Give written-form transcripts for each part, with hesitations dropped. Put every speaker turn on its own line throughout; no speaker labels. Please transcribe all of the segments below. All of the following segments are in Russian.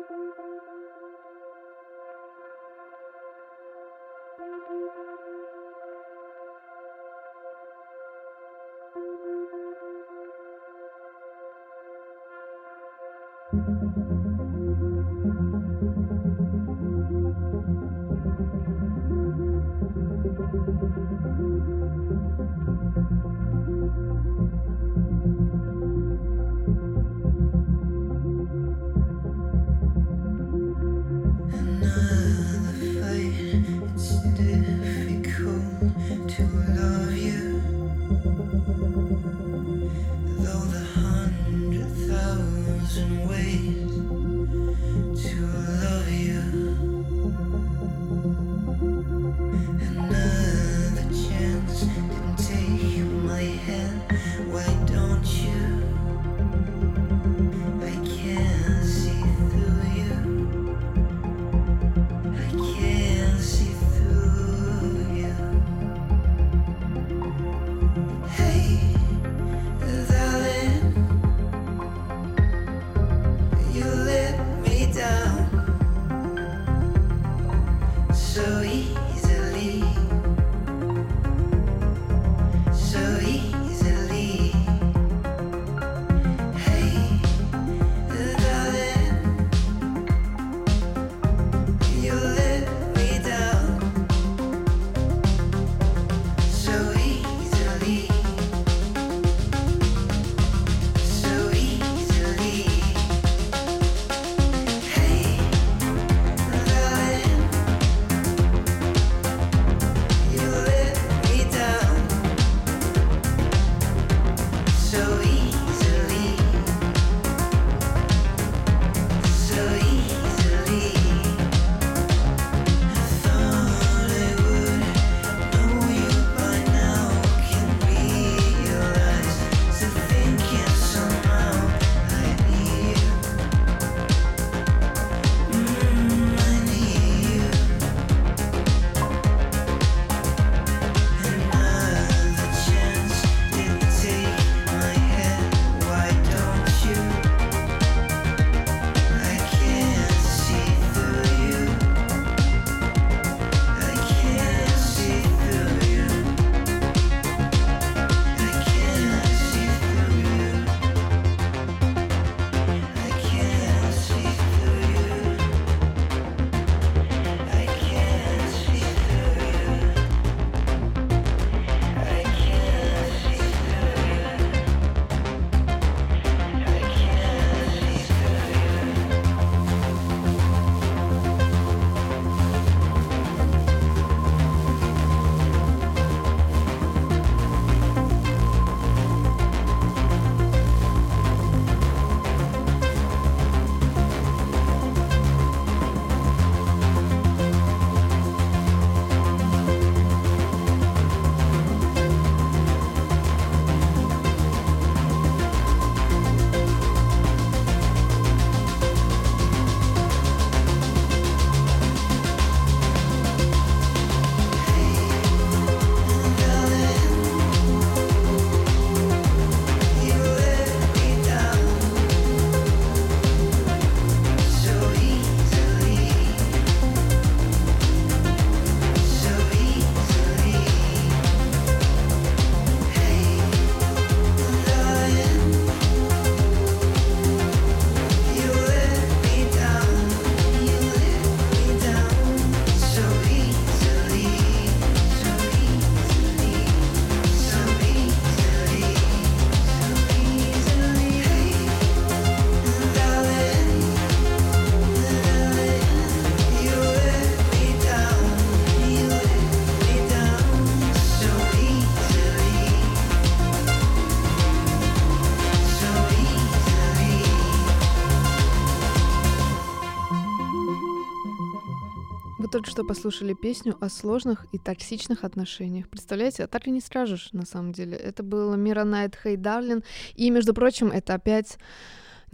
Вы только что послушали песню о сложных и токсичных отношениях. Представляете, а так и не скажешь, на самом деле. Это было Мира Найт, Hey Darling. И, между прочим, это опять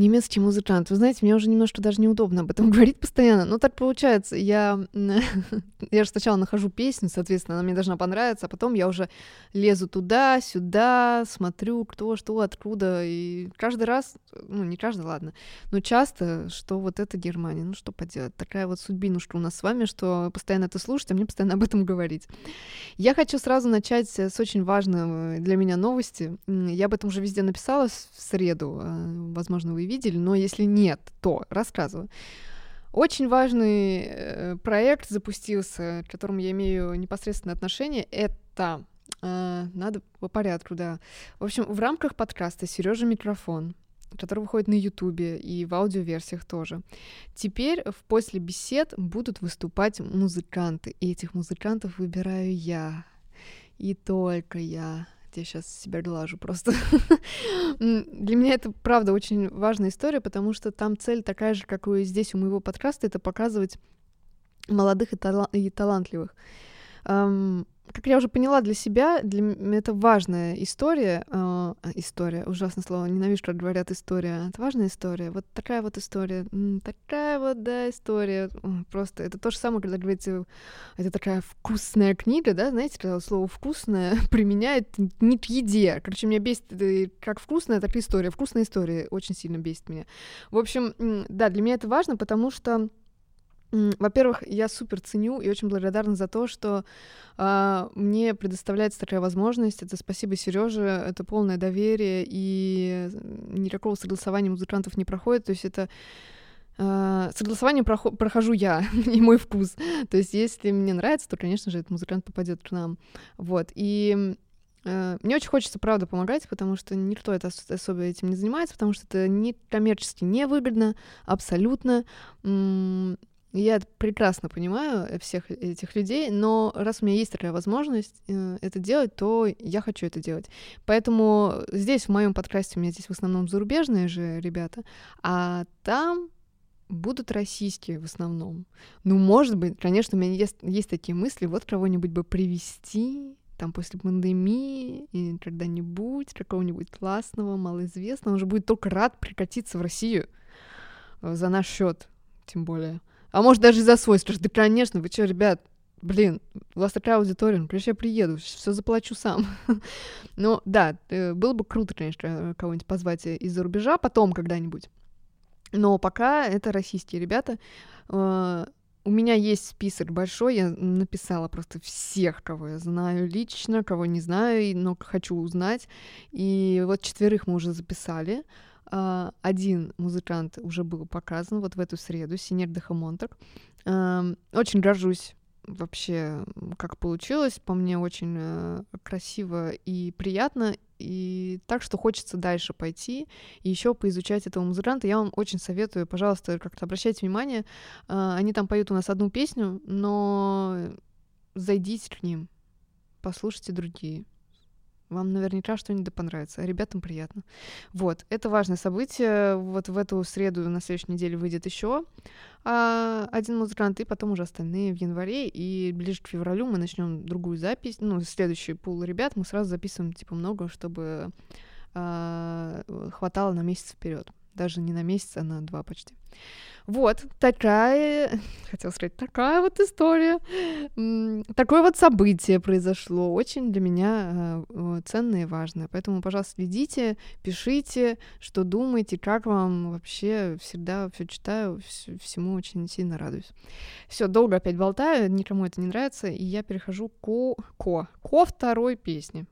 Немецкий музыкант. Вы знаете, мне уже немножко даже неудобно об этом говорить постоянно, но так получается. Я же сначала нахожу песню, соответственно, она мне должна понравиться, а потом я уже лезу туда, сюда, смотрю, кто, что, откуда, и каждый раз, ну, не каждый, ладно, но часто, что вот это Германия, ну, что поделать, такая вот судьбинушка у нас с вами, что постоянно это слушать, а мне постоянно об этом говорить. Я хочу сразу начать с очень важной для меня новости. Я об этом уже везде написала в среду, возможно, вы видели, но если нет, то рассказываю. Очень важный проект запустился, к которому я имею непосредственное отношение. Это надо по порядку, да. В общем, в рамках подкаста «Сережа Микрофон», который выходит на Ютубе и в аудиоверсиях тоже. Теперь в «После бесед» будут выступать музыканты, и этих музыкантов выбираю я. И только я. Я сейчас себя глажу просто. Для меня это, правда, очень важная история, потому что там цель такая же, как и здесь у моего подкаста, это показывать молодых и талантливых. Как я уже поняла для себя, это важная история. История, ужасное слово, ненавижу, как говорят история. Это важная история. Вот такая вот история. Такая вот, да, история. Просто это то же самое, когда говорите, это такая вкусная книга, да, знаете, когда слово «вкусное» применяет не к еде. Короче, меня бесит как вкусная, так и история. Вкусная история очень сильно бесит меня. В общем, да, для меня это важно, потому что во-первых, я супер ценю и очень благодарна за то, что мне предоставляется такая возможность. Это спасибо Серёже, это полное доверие, и никакого согласования музыкантов не проходит. То есть это согласование прохожу я и мой вкус. То есть если мне нравится, то, конечно же, этот музыкант попадет к нам. Вот. И мне очень хочется, правда, помогать, потому что никто это особо этим не занимается, потому что это не коммерчески невыгодно, абсолютно. Я прекрасно понимаю всех этих людей, но раз у меня есть такая возможность это делать, то я хочу это делать. Поэтому здесь, в моем подкасте, у меня здесь в основном зарубежные же ребята, а там будут российские в основном. Ну, может быть, конечно, у меня есть такие мысли, вот кого-нибудь бы привести там после пандемии и когда-нибудь, какого-нибудь классного, малоизвестного, он же будет только рад прикатиться в Россию за наш счет, тем более. А может, даже за свой. Скажешь, да, конечно, вы что, ребят, блин, у вас такая аудитория, ну, конечно, я приеду, все заплачу сам. Ну, да, было бы круто, конечно, кого-нибудь позвать из-за рубежа потом когда-нибудь. Но пока это российские ребята. У меня есть список большой, я написала просто всех, кого я знаю лично, кого не знаю, но хочу узнать. И вот 4 мы уже записали. Один музыкант уже был показан вот в эту среду, Синер Дахамонтак. Очень горжусь вообще, как получилось. По мне очень красиво и приятно. И так что хочется дальше пойти и еще поизучать этого музыканта. Я вам очень советую, пожалуйста, как-то обращайте внимание. Они там поют у нас одну песню, но зайдите к ним, послушайте другие. Вам наверняка что-нибудь да понравится, а ребятам приятно. Вот, это важное событие. Вот в эту среду на следующей неделе выйдет еще один музыкант, и потом уже остальные в январе. И ближе к февралю мы начнем другую запись. Ну, следующий пул ребят мы сразу записываем типа много, чтобы хватало на месяц вперед. Даже не на месяц, а на 2 почти. Вот, такая вот история. Такое вот событие произошло, очень для меня ценное и важное. Поэтому, пожалуйста, следите, пишите, что думаете, как вам вообще. Всегда все читаю, всему очень сильно радуюсь. Все, долго опять болтаю, никому это не нравится, и я перехожу ко второй песне.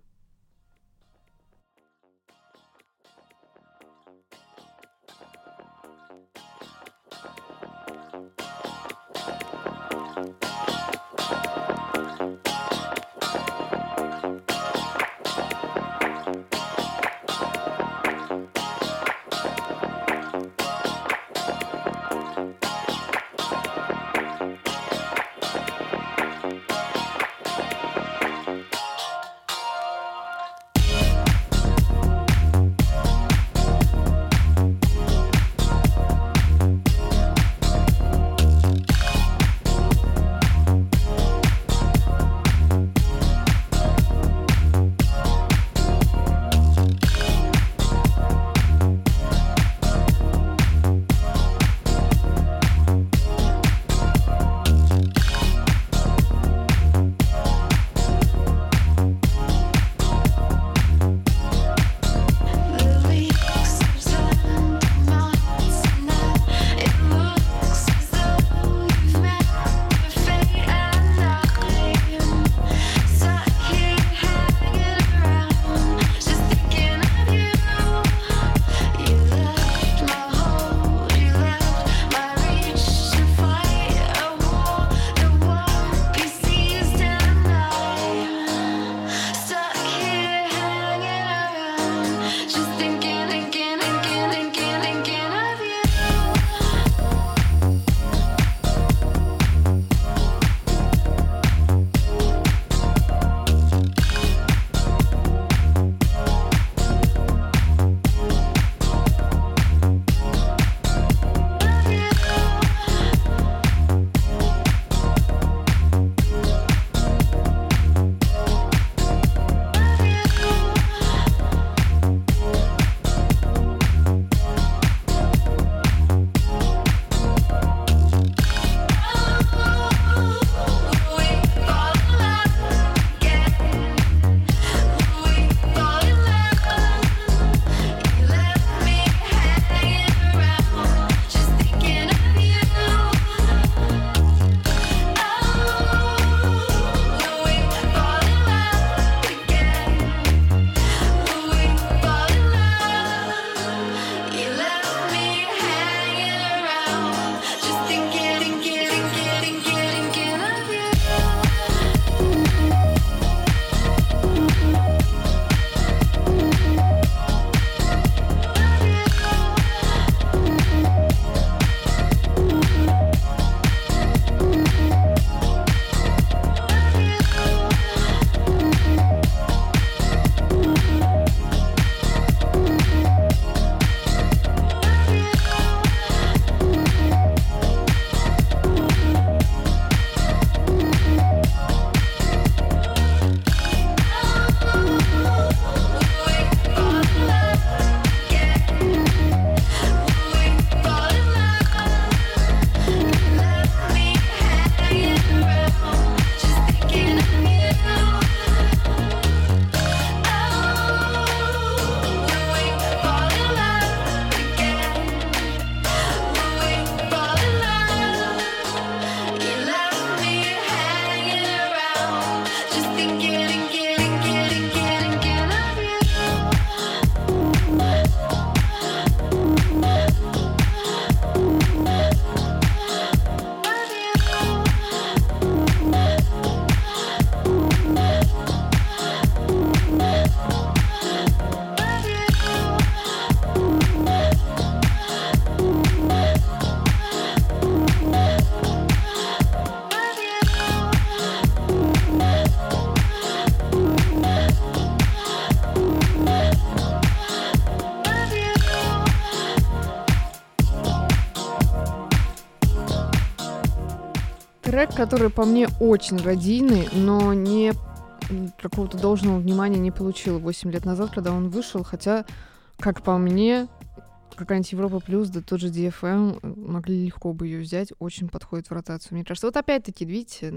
трек, который по мне очень радийный, но не какого-то должного внимания не получил 8 лет назад, когда он вышел, хотя, как по мне, какая-нибудь Европа Плюс, да тот же DFM, могли легко бы ее взять, очень подходит в ротацию, мне кажется. Вот опять-таки, видите,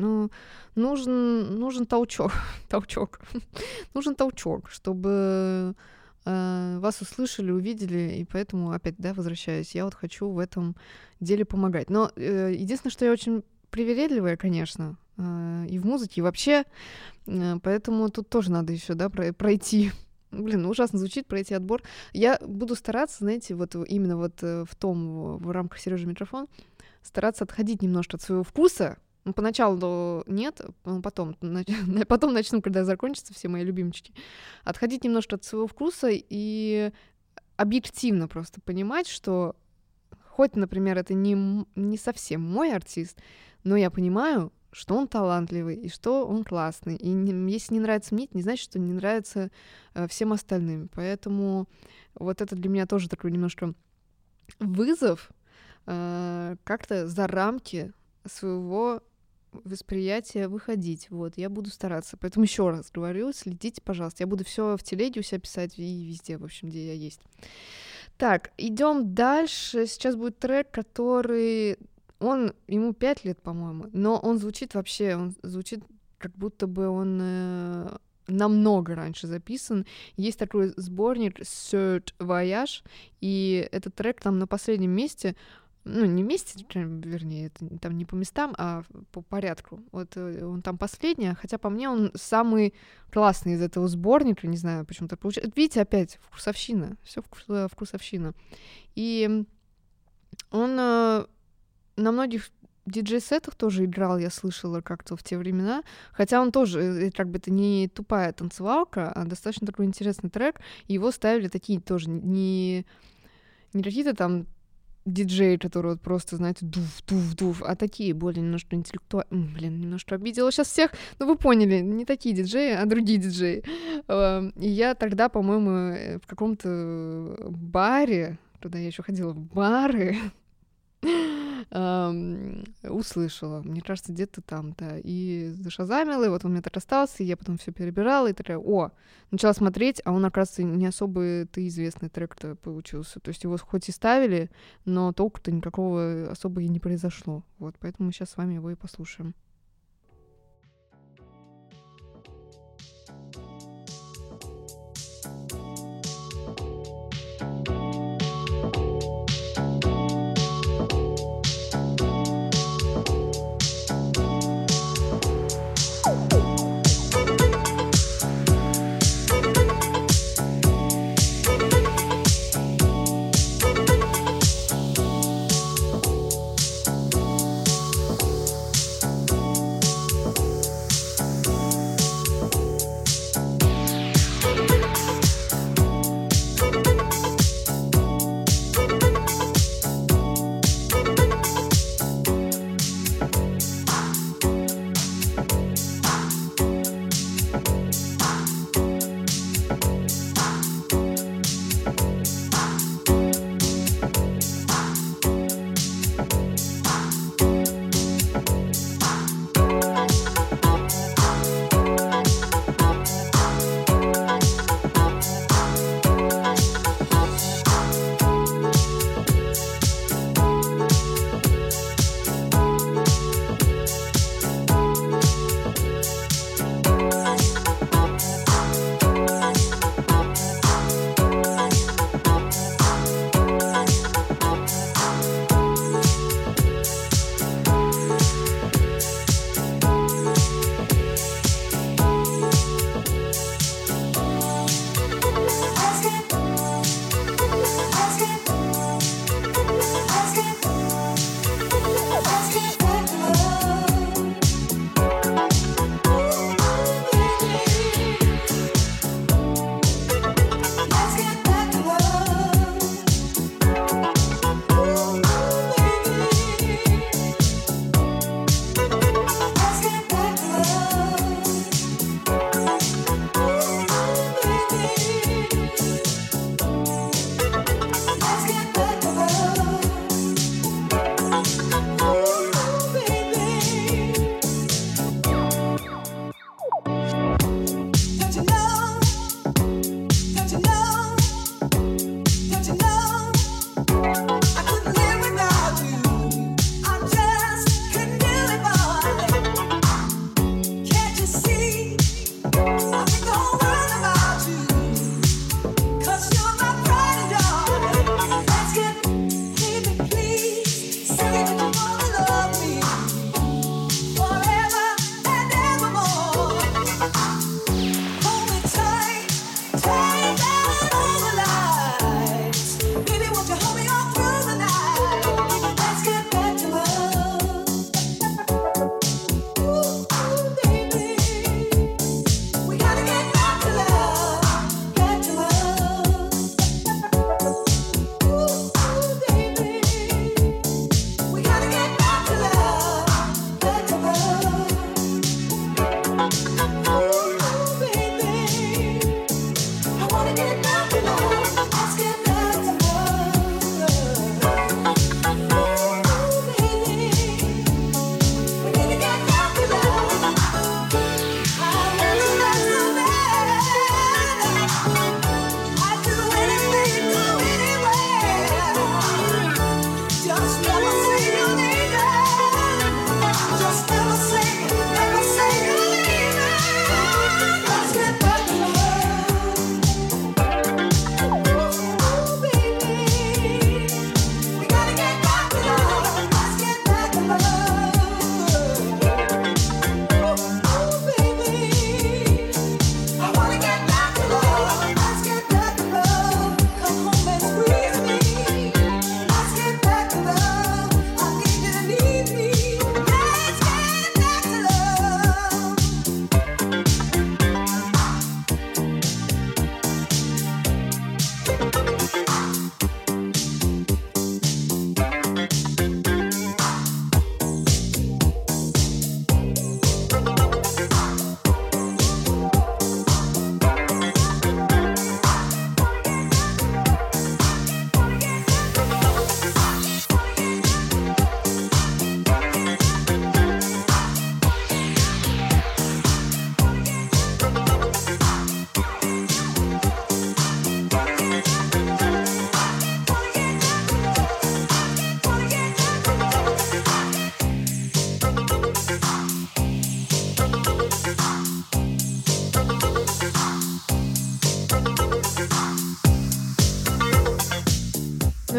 нужен толчок, нужен толчок, чтобы вас услышали, увидели, и поэтому опять, да, возвращаюсь, я вот хочу в этом деле помогать. Но единственное, что я очень привередливая, конечно, и в музыке, и вообще, поэтому тут тоже надо еще, да, пройти. Блин, ужасно звучит, пройти отбор. Я буду стараться, знаете, вот именно вот в рамках Сережи Митрофон, стараться отходить немножко от своего вкуса. Ну, поначалу нет, потом начну, когда закончатся все мои любимчики. Отходить немножко от своего вкуса и объективно просто понимать, что хоть, например, это не совсем мой артист, но я понимаю, что он талантливый и что он классный. И если не нравится мне, это не значит, что не нравится всем остальным. Поэтому вот это для меня тоже такой немножко вызов как-то за рамки своего восприятия выходить. Вот, я буду стараться. Поэтому еще раз говорю, следите, пожалуйста. Я буду все в телеге у себя писать и везде, в общем, где я есть. Так, идем дальше. Сейчас будет трек, который... ему 5 лет, по-моему, но он звучит как будто бы он намного раньше записан. Есть такой сборник Third Voyage, и этот трек там на последнем месте, ну, не месте, вернее, это там не по местам, а по порядку. Вот он там последний, хотя по мне он самый классный из этого сборника, не знаю, почему так получается. Видите, опять вкусовщина, все вкусовщина. И он на многих диджей-сетах тоже играл, я слышала как-то в те времена, хотя он тоже, как бы это не тупая танцевалка, а достаточно такой интересный трек, и его ставили такие тоже не какие-то там диджеи, которые вот просто, знаете, дув, а такие более немножко интеллектуальные. Немножко обидела сейчас всех, но вы поняли, не такие диджеи, а другие диджеи. И я тогда, по-моему, в каком-то баре, когда я еще ходила в бары, услышала. Мне кажется, где-то там-то. И зашазамила, и вот он у меня так остался, и я потом все перебирала, и такая, начала смотреть, а он, оказывается, не особо-то известный трек-то получился. То есть его хоть и ставили, но толку-то никакого особо и не произошло. Вот, поэтому мы сейчас с вами его и послушаем.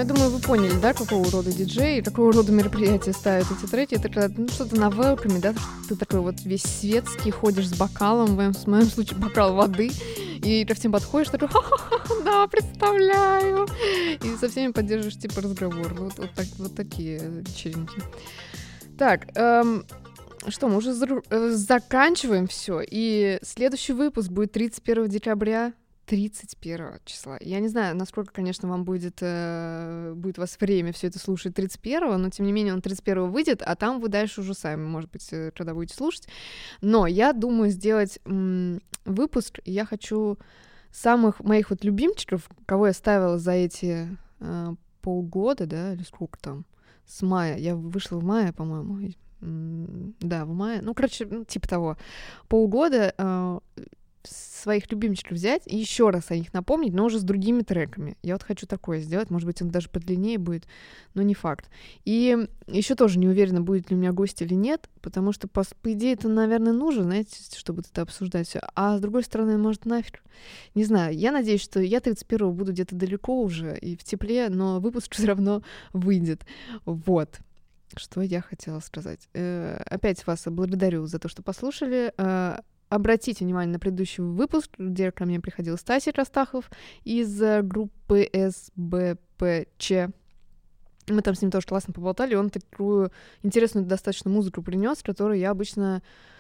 я думаю, вы поняли, да, какого рода диджей, какого рода мероприятия ставят эти треки. Это когда, что-то на велкаме, да, ты такой вот весь светский, ходишь с бокалом, в моем случае бокал воды, и ко всем подходишь, такой, ха-ха-ха, да, представляю, и со всеми поддерживаешь, типа, разговор. Вот такие вечеринки. Так, что, мы уже заканчиваем все, и следующий выпуск будет 31 декабря, 31 числа. Я не знаю, насколько, конечно, вам будет у вас время все это слушать 31, но, тем не менее, он 31 выйдет, а там вы дальше уже сами, может быть, когда будете слушать. Но я думаю сделать выпуск, и я хочу самых моих вот любимчиков, кого я ставила за эти полгода, да, или сколько там, с мая. Я вышла в мае, по-моему. Да, в мае. Ну, короче, типа того. Полгода своих любимчиков взять и еще раз о них напомнить, но уже с другими треками. Я вот хочу такое сделать. Может быть, он даже подлиннее будет, но не факт. И еще тоже не уверена, будет ли у меня гость или нет, потому что, по идее, это, наверное, нужно, знаете, чтобы это обсуждать все. А с другой стороны, может, нафиг. Не знаю. Я надеюсь, что я 31-го буду где-то далеко уже и в тепле, но выпуск все равно выйдет. Вот. Что я хотела сказать. Опять вас благодарю за то, что послушали. Обратите внимание на предыдущий выпуск, где ко мне приходил Стасик Растахов из группы СБПЧ. Мы там с ним тоже классно поболтали, он такую интересную достаточно музыку принес, которую я обычно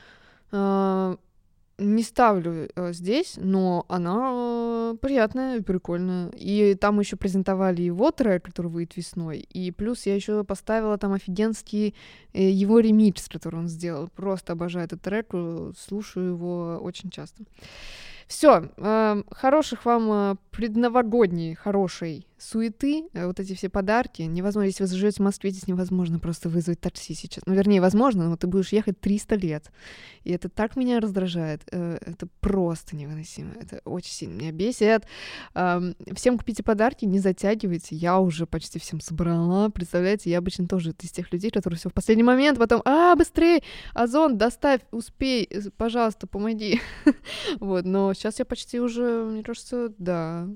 не ставлю здесь, но она приятная и прикольная. И там еще презентовали его трек, который выйдет весной. И плюс я еще поставила там офигенский его ремикс, который он сделал. Просто обожаю этот трек, слушаю его очень часто. Все, хороших вам предновогодней хорошей суеты, вот эти все подарки. Невозможно, если вы живете в Москве, здесь невозможно просто вызвать такси сейчас. Ну, вернее, возможно, но ты будешь ехать 300 лет. И это так меня раздражает. Это просто невыносимо. Это очень сильно меня бесит. Всем купите подарки, не затягивайте. Я уже почти всем собрала. Представляете, я обычно тоже из тех людей, которые все в последний момент, потом, быстрее, Озон, доставь, успей, пожалуйста, помоги. Вот, но сейчас я почти уже, мне кажется, да,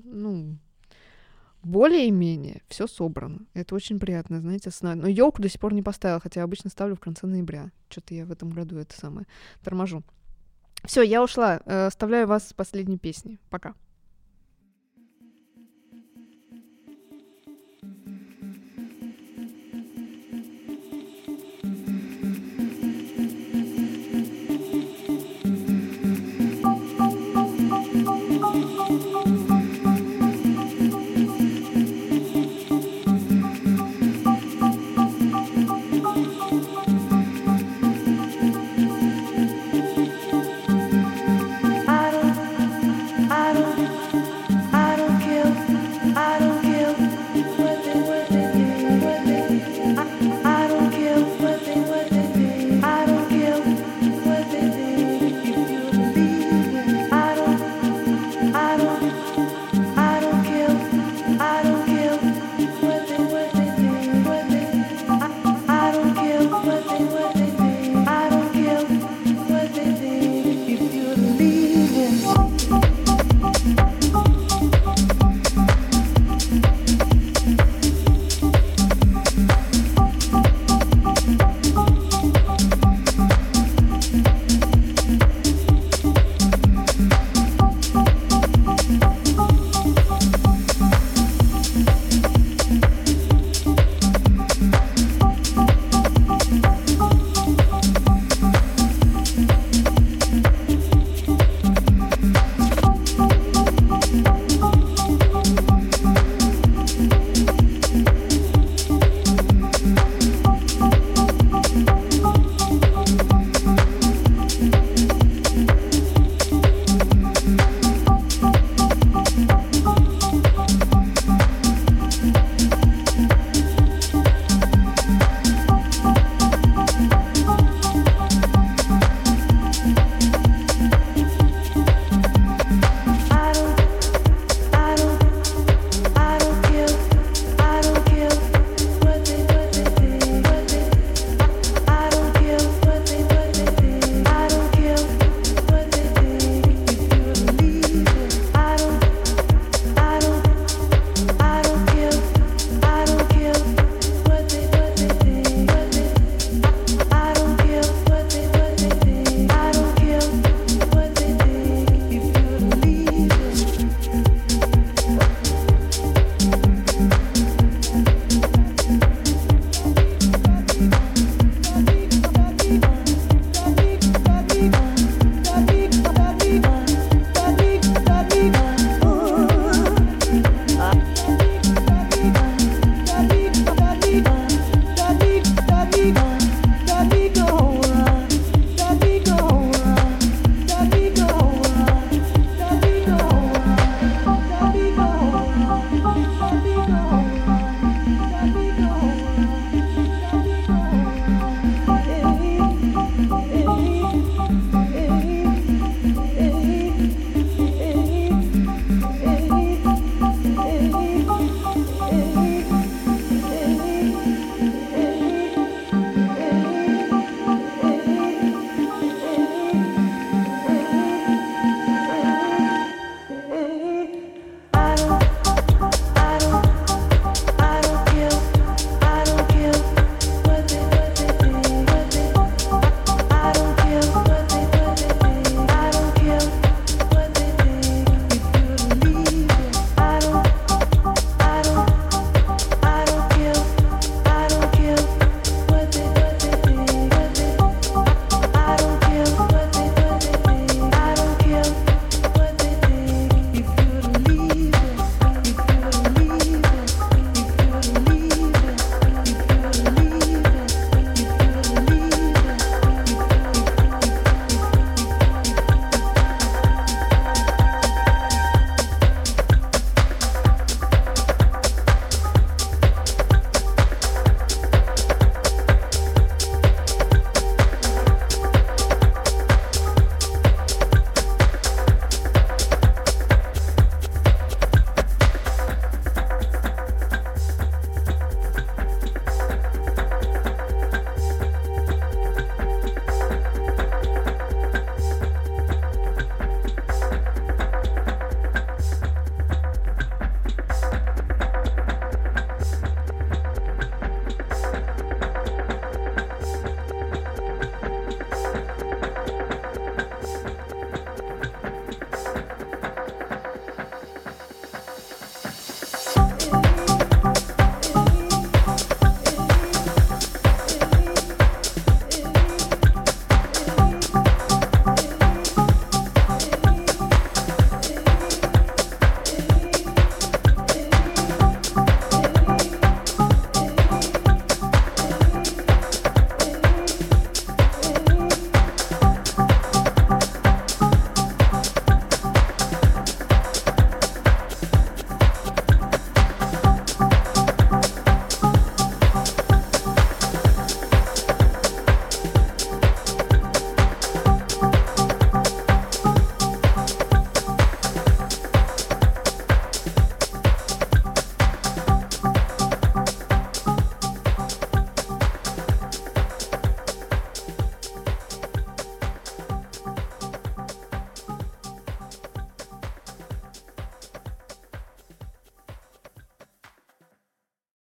более-менее все собрано. Это очень приятно, знаете, но ёлку до сих пор не поставила, хотя обычно ставлю в конце ноября. Что-то я в этом году это самое торможу. Все, я ушла. Оставляю вас с последней песней. Пока.